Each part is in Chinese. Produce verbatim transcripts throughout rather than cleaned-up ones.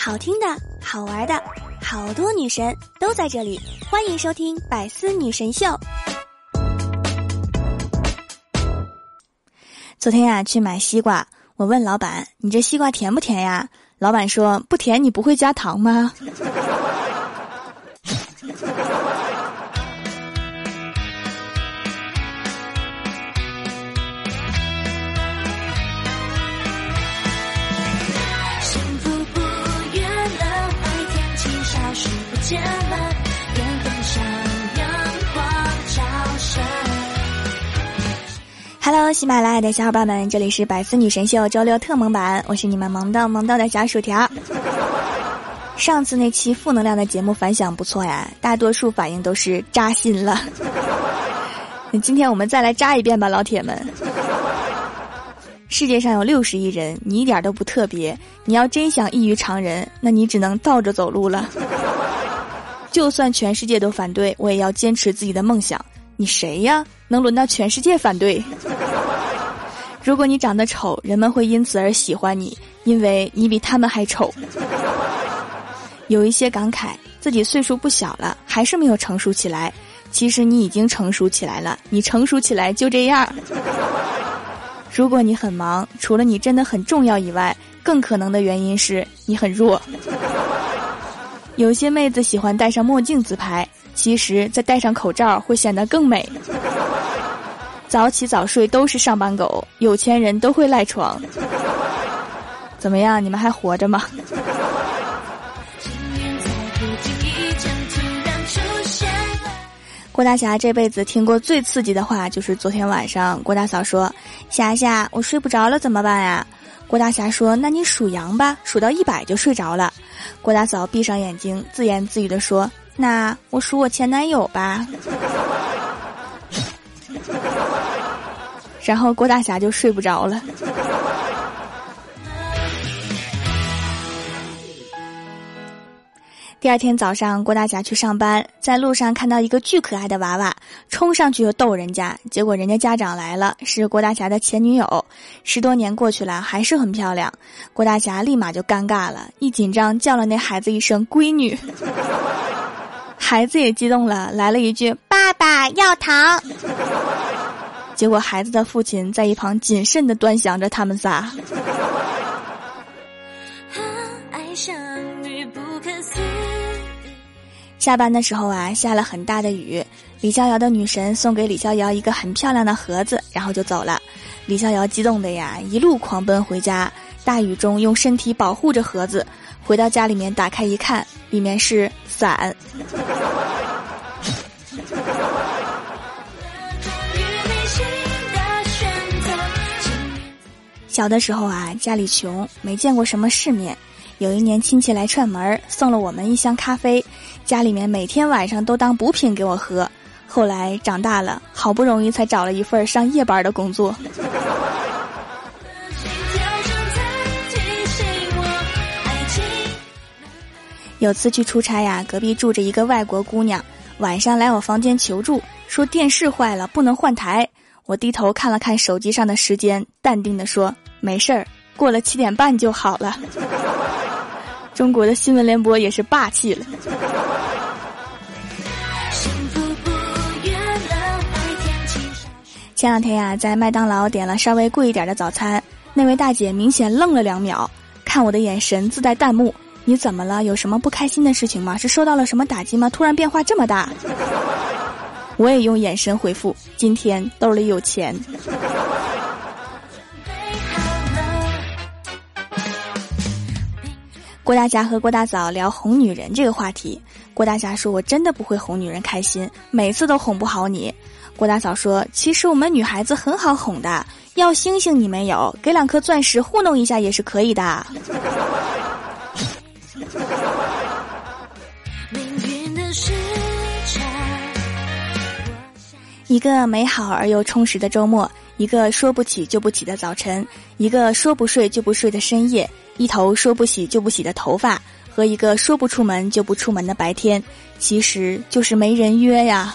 好听的，好玩的，好多女神都在这里，欢迎收听百思女神秀。昨天呀、啊，去买西瓜，我问老板：“你这西瓜甜不甜呀？”老板说：“不甜，你不会加糖吗？”Hello， 喜马拉雅的小伙伴们，这里是百思女神秀周六特萌版，我是你们萌到萌到的小薯条。上次那期负能量的节目反响不错呀，大多数反应都是扎心了。今天我们再来扎一遍吧，老铁们。世界上有六十亿人，你一点都不特别，你要真想异于常人，那你只能倒着走路了。就算全世界都反对，我也要坚持自己的梦想。你谁呀？能轮到全世界反对？如果你长得丑，人们会因此而喜欢你，因为你比他们还丑。有一些感慨，自己岁数不小了，还是没有成熟起来。其实你已经成熟起来了，你成熟起来就这样。如果你很忙，除了你真的很重要以外，更可能的原因是你很弱。有些妹子喜欢戴上墨镜自拍，其实再戴上口罩会显得更美。早起早睡都是上班狗，有钱人都会赖床。怎么样，你们还活着吗？郭大侠这辈子听过最刺激的话，就是昨天晚上郭大嫂说：“霞霞，我睡不着了怎么办呀？”郭大侠说：“那你数羊吧，数到一百就睡着了。”郭大嫂闭上眼睛，自言自语地说：“那我数我前男友吧。”然后郭大侠就睡不着了。第二天早上，郭大侠去上班，在路上看到一个巨可爱的娃娃，冲上去就逗人家，结果人家家长来了，是郭大侠的前女友，十多年过去了还是很漂亮。郭大侠立马就尴尬了，一紧张叫了那孩子一声闺女。孩子也激动了，来了一句：“爸爸要糖。”结果孩子的父亲在一旁谨慎地端详着他们仨。下班的时候啊，下了很大的雨，李逍遥的女神送给李逍遥一个很漂亮的盒子，然后就走了。李逍遥激动的呀，一路狂奔回家，大雨中用身体保护着盒子，回到家里面打开一看，里面是伞。小的时候啊，家里穷，没见过什么世面。有一年亲戚来串门，送了我们一箱咖啡，家里面每天晚上都当补品给我喝。后来长大了，好不容易才找了一份上夜班的工作。有次去出差呀，隔壁住着一个外国姑娘，晚上来我房间求助，说电视坏了不能换台。我低头看了看手机上的时间，淡定地说：“没事儿，过了七点半就好了。”中国的新闻联播也是霸气了。前两天呀、啊，在麦当劳点了稍微贵一点的早餐，那位大姐明显愣了两秒，看我的眼神自带弹幕：“你怎么了？有什么不开心的事情吗？是受到了什么打击吗？突然变化这么大？”我也用眼神回复：“今天兜里有钱。”郭大侠和郭大嫂聊哄女人这个话题，郭大侠说：“我真的不会哄女人开心，每次都哄不好你。”郭大嫂说：“其实我们女孩子很好哄的，要星星你没有，给两颗钻石糊弄一下也是可以的。”一个美好而又充实的周末，一个说不起就不起的早晨，一个说不睡就不睡的深夜，一头说不洗就不洗的头发，和一个说不出门就不出门的白天，其实就是没人约呀。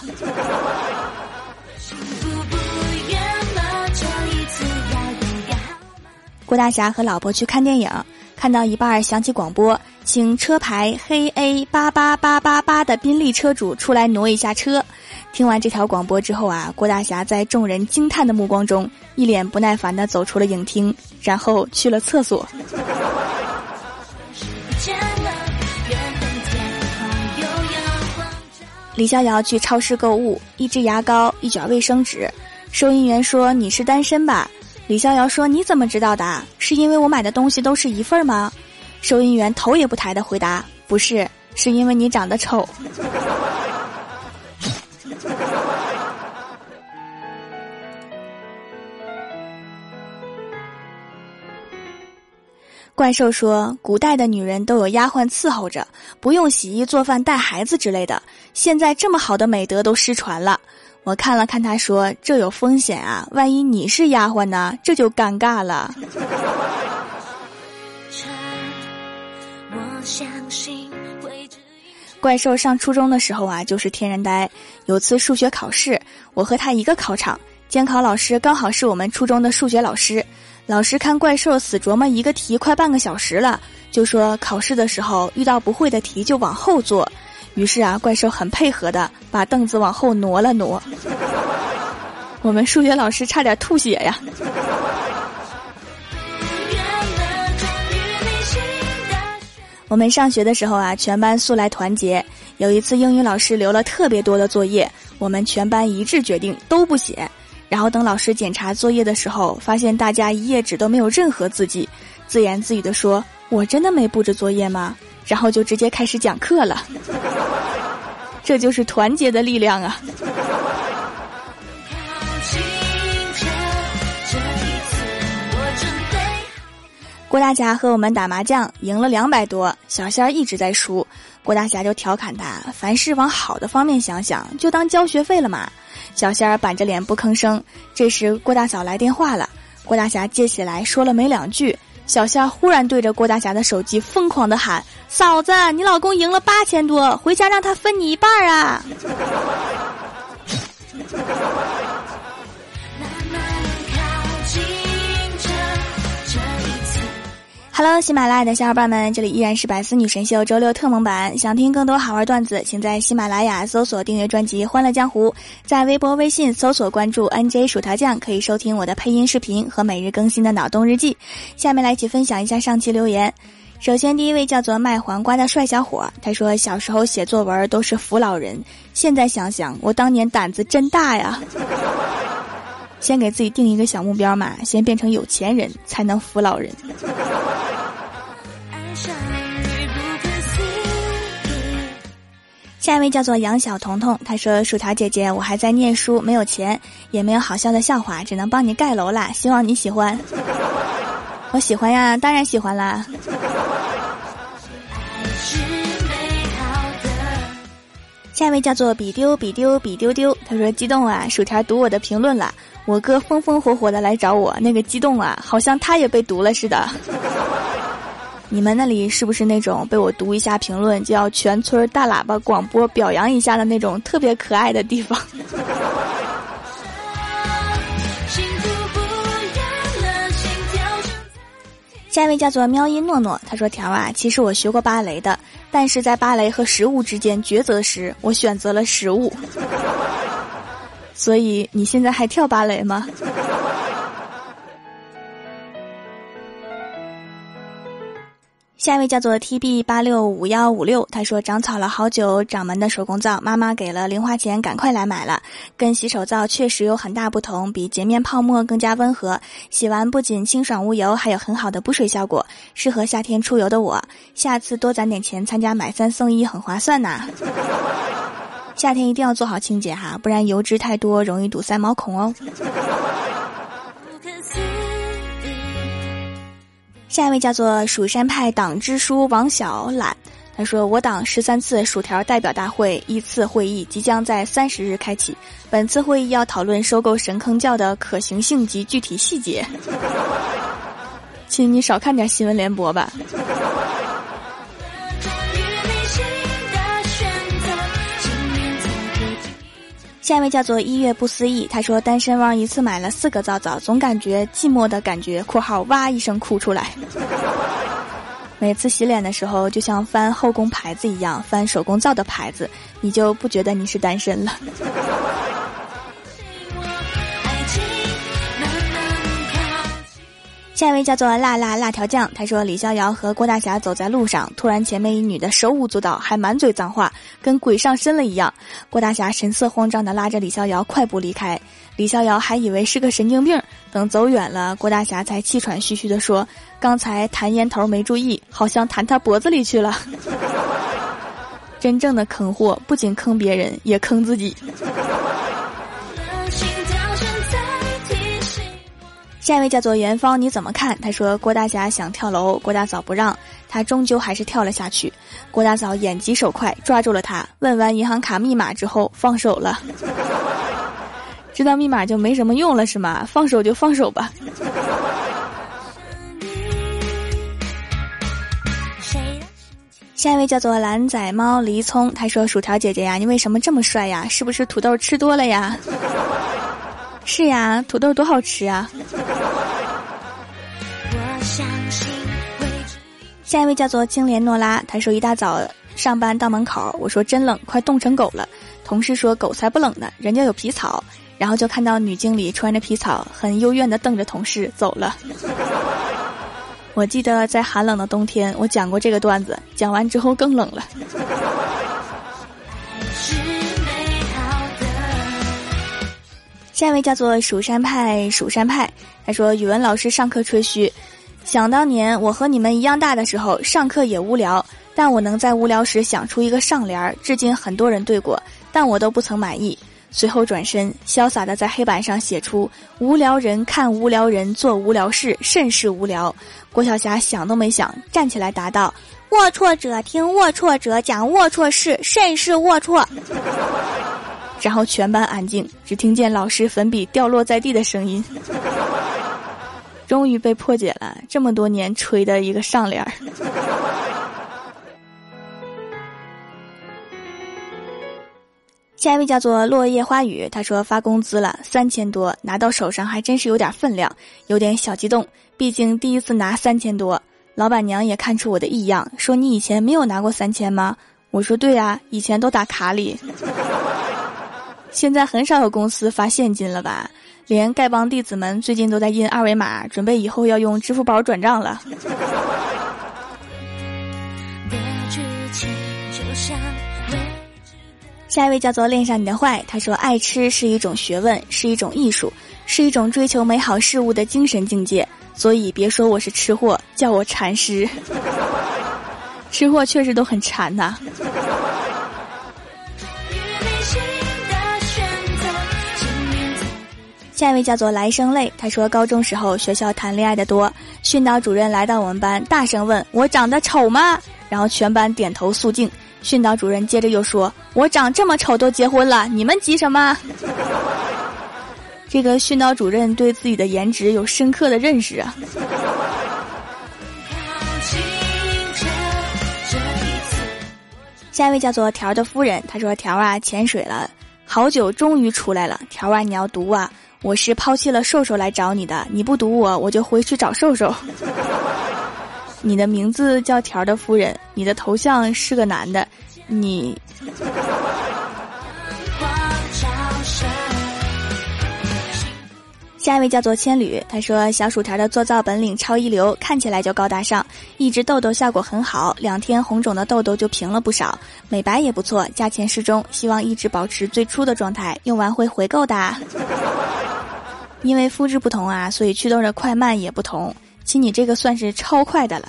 郭大侠和老婆去看电影，看到一半响起广播， 请车牌黑 A 八八八八八的宾利车主出来挪一下车。听完这条广播之后啊，郭大侠在众人惊叹的目光中，一脸不耐烦地走出了影厅，然后去了厕所。李逍遥去超市购物，一支牙膏，一卷卫生纸。收银员说：“你是单身吧？”李逍遥说：“你怎么知道的？是因为我买的东西都是一份吗？”收银员头也不抬地回答：“不是，是因为你长得丑。”怪兽说，古代的女人都有丫鬟伺候着，不用洗衣做饭带孩子之类的，现在这么好的美德都失传了。我看了看他说，这有风险啊，万一你是丫鬟呢，这就尴尬了。怪兽上初中的时候啊，就是天然呆。有次数学考试，我和他一个考场，监考老师刚好是我们初中的数学老师。老师看怪兽死琢磨一个题快半个小时了，就说考试的时候遇到不会的题就往后坐。于是啊，怪兽很配合的把凳子往后挪了挪。我们数学老师差点吐血呀。我们上学的时候啊，全班素来团结。有一次英语老师留了特别多的作业，我们全班一致决定都不写。然后等老师检查作业的时候，发现大家一页纸都没有任何字迹，自言自语地说：“我真的没布置作业吗？”然后就直接开始讲课了。这就是团结的力量啊！郭大侠和我们打麻将，赢了两百多，小仙儿一直在输。郭大侠就调侃他：“凡事往好的方面想想，就当交学费了嘛。”小仙儿板着脸不吭声。这时郭大嫂来电话了，郭大侠接起来说了没两句，小仙儿忽然对着郭大侠的手机疯狂地喊：“嫂子，你老公赢了八千多，回家让他分你一半啊！” Hello， 喜马拉雅的小伙伴们，这里依然是百思女神秀周六特蒙版。想听更多好玩段子，请在喜马拉雅搜索订阅专辑《欢乐江湖》，在微博、微信搜索关注 N J 薯条酱，可以收听我的配音视频和每日更新的脑洞日记。下面来一起分享一下上期留言。首先第一位叫做卖黄瓜的帅小伙，他说小时候写作文都是扶老人，现在想想我当年胆子真大呀。先给自己定一个小目标嘛，先变成有钱人才能扶老人。下一位叫做杨小彤彤，他说薯条姐姐，我还在念书，没有钱，也没有好笑的笑话，只能帮你盖楼啦，希望你喜欢。我喜欢呀，当然喜欢啦。下一位叫做比丢比丢比丢丢，他说激动啊，薯条读我的评论了，我哥风风火火的来找我，那个激动啊，好像他也被读了似的。你们那里是不是那种被我读一下评论就要全村大喇叭广播表扬一下的那种特别可爱的地方？下一位叫做喵音诺诺，他说条啊，其实我学过芭蕾的，但是在芭蕾和食物之间抉择时，我选择了食物。所以你现在还跳芭蕾吗？下一位叫做 T B 八六五一五六，他说长草了好久，掌门的手工皂妈妈给了零花钱，赶快来买了。跟洗手皂确实有很大不同，比洁面泡沫更加温和，洗完不仅清爽无油，还有很好的补水效果，适合夏天出油的我。下次多攒点钱参加买三送一，很划算呐。夏天一定要做好清洁哈，不然油脂太多容易堵塞毛孔哦。下一位叫做蜀山派党支书王小懒，他说我党十三次薯条代表大会一次会议即将在三十日开启，本次会议要讨论收购神坑教的可行性及具体细节。请你少看点新闻联播吧。下一位叫做一月不思议，他说单身汪一次买了四个皂皂，总感觉寂寞的感觉，括号哇一声哭出来。 每次洗脸的时候就像翻后宫牌子一样，翻手工皂的牌子，你就不觉得你是单身了。下一位叫做辣辣辣条酱，他说李逍遥和郭大侠走在路上，突然前面一女的手舞足蹈，还满嘴脏话，跟鬼上身了一样。郭大侠神色慌张地拉着李逍遥快步离开，李逍遥还以为是个神经病，等走远了，郭大侠才气喘吁吁地说，刚才弹烟头没注意，好像弹他脖子里去了。真正的坑货不仅坑别人也坑自己。下一位叫做元芳，你怎么看？他说郭大侠想跳楼，郭大嫂不让，他终究还是跳了下去。郭大嫂眼疾手快抓住了他，问完银行卡密码之后放手了。知道密码就没什么用了是吗？放手就放手吧。下一位叫做蓝仔猫黎葱，他说薯条姐姐呀，你为什么这么帅呀？是不是土豆吃多了呀？是呀，土豆多好吃啊。下一位叫做青莲诺拉，他说一大早上班到门口，我说真冷，快冻成狗了。同事说狗才不冷呢，人家有皮草。然后就看到女经理穿着皮草很幽怨地瞪着同事走了。我记得在寒冷的冬天我讲过这个段子，讲完之后更冷了。下一位叫做蜀山派蜀山派，他说语文老师上课吹嘘，想当年我和你们一样大的时候上课也无聊，但我能在无聊时想出一个上联，至今很多人对过，但我都不曾满意。随后转身潇洒地在黑板上写出无聊人看无聊人做无聊事，甚是无聊。郭晓霞想都没想站起来答道，龌龊者听龌龊者讲龌龊事，甚是龌龊。然后全班安静，只听见老师粉笔掉落在地的声音。终于被破解了，这么多年吹的一个上联。下一位叫做落叶花语，他说发工资了三千多，拿到手上还真是有点分量，有点小激动，毕竟第一次拿三千多。老板娘也看出我的异样，说你以前没有拿过三千吗？我说对啊，以前都打卡里。现在很少有公司发现金了吧？连丐帮弟子们最近都在印二维码，准备以后要用支付宝转账了。下一位叫做恋上你的坏，他说爱吃是一种学问，是一种艺术，是一种追求美好事物的精神境界，所以别说我是吃货，叫我馋师。吃货确实都很馋呐、啊。下一位叫做来生泪，他说高中时候学校谈恋爱的多，训导主任来到我们班大声问我长得丑吗？然后全班点头肃静。训导主任接着又说我长这么丑都结婚了，你们急什么？这个训导主任对自己的颜值有深刻的认识啊。下一位叫做条的夫人，他说条啊潜水了好久终于出来了，条啊你要读啊，我是抛弃了瘦瘦来找你的，你不读我我就回去找瘦瘦。你的名字叫条的夫人，你的头像是个男的，你下一位叫做千缕，他说小薯条的做皂本领超一流，看起来就高大上，一直痘痘效果很好，两天红肿的痘痘就平了不少，美白也不错，价钱适中，希望一直保持最初的状态，用完会回购的。因为肤质不同啊，所以祛痘的快慢也不同，亲你这个算是超快的了。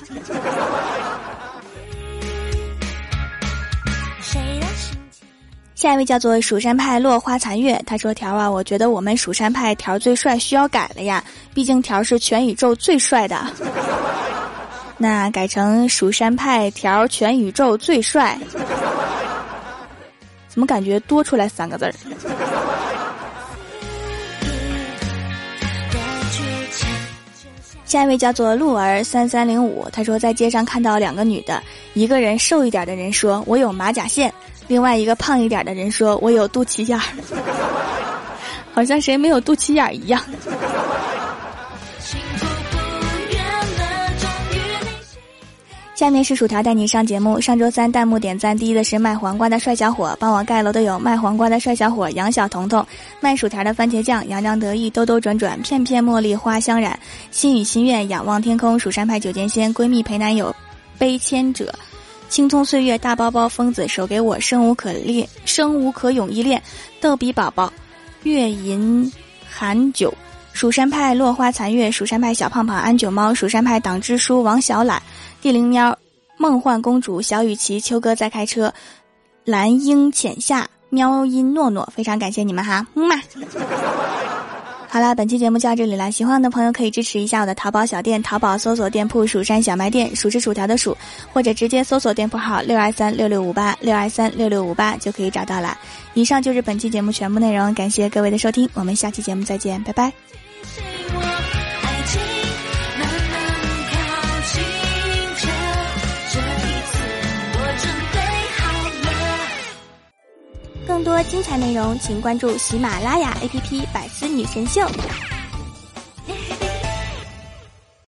下一位叫做蜀山派落花残月，他说条啊，我觉得我们蜀山派条最帅需要改了呀，毕竟条是全宇宙最帅的。那改成蜀山派条全宇宙最帅，怎么感觉多出来三个字儿？下一位叫做鹿儿三三零五，他说在街上看到两个女的，一个人瘦一点的人说我有马甲线，另外一个胖一点的人说我有肚脐眼儿，好像谁没有肚脐眼儿一样。 下面是薯条带你上节目。上周三弹幕点赞第一的是卖黄瓜的帅小伙，帮我盖楼的有卖黄瓜的帅小伙杨小彤彤，卖薯条的番茄酱洋洋得意兜兜转转片片茉莉花香染，心语心愿仰望天空，蜀山派九剑仙，闺蜜陪男友悲牵者，青葱岁月大包包，疯子手给我，生无可恋，生无可永依恋，逗比宝宝，月银寒酒，蜀山派落花残月，蜀山派小胖胖安九猫，蜀山派党支书王小懒，地灵喵，梦幻公主小雨琪，秋哥在开车，蓝鹰浅夏，喵音诺诺，非常感谢你们哈，嗯嘛。好啦，本期节目就到这里了，喜欢的朋友可以支持一下我的淘宝小店，淘宝搜索店铺蜀山小卖店，数是薯条的数，或者直接搜索店铺号六二三六六五八六二三六六五八就可以找到了。以上就是本期节目全部内容，感谢各位的收听，我们下期节目再见，拜拜。更多精彩内容请关注喜马拉雅 A P P 百思女神秀。